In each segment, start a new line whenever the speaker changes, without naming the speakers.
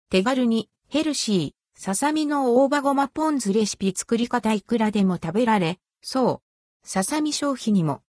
手軽にヘルシー、ささみの大葉ごまポン酢レシピ作り方いくらでも食べられ、そう。ささみ消費にも。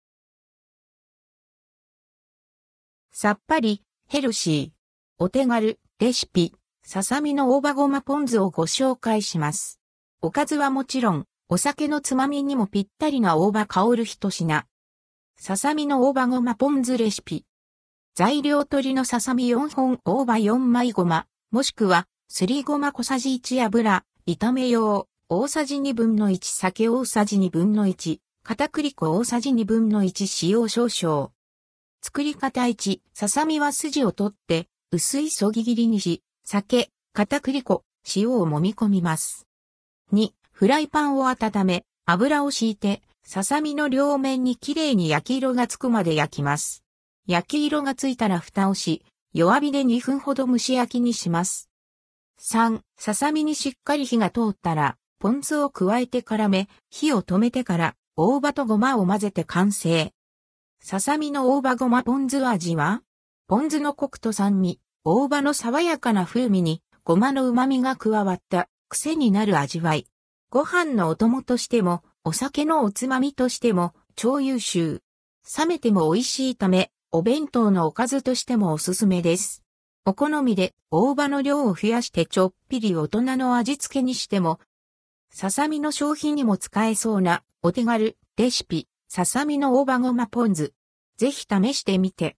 さっぱり、ヘルシー。お手軽、レシピ、ささみの大葉ごまポン酢をご紹介します。おかずはもちろん、お酒のつまみにもぴったりな大葉香る一品。ささみの大葉ごまポン酢レシピ。材料鶏のささみ4本大葉4枚ごま、もしくは、すりごま小さじ1油、炒め用、大さじ2分の1酒大さじ2分の1、片栗粉大さじ2分の1塩少々。作り方1、ささみは筋を取って、薄いそぎ切りにし、酒、片栗粉、塩を揉み込みます。2、フライパンを温め、油を敷いて、ささみの両面にきれいに焼き色がつくまで焼きます。焼き色がついたら蓋をし、弱火で2分ほど蒸し焼きにします。3、ささみにしっかり火が通ったら、ポン酢を加えて絡め、火を止めてから、大葉とごまを混ぜて完成。ささみの大葉ごまポン酢味は、ポン酢のコクと酸味、大葉の爽やかな風味に、ごまの旨味が加わった癖になる味わい。ご飯のお供としても、お酒のおつまみとしても、超優秀。冷めても美味しいため、お弁当のおかずとしてもおすすめです。お好みで大葉の量を増やしてちょっぴり大人の味付けにしても、ささみの消費にも使えそうなお手軽レシピ、ささみの大葉ごまポン酢。ぜひ試してみて。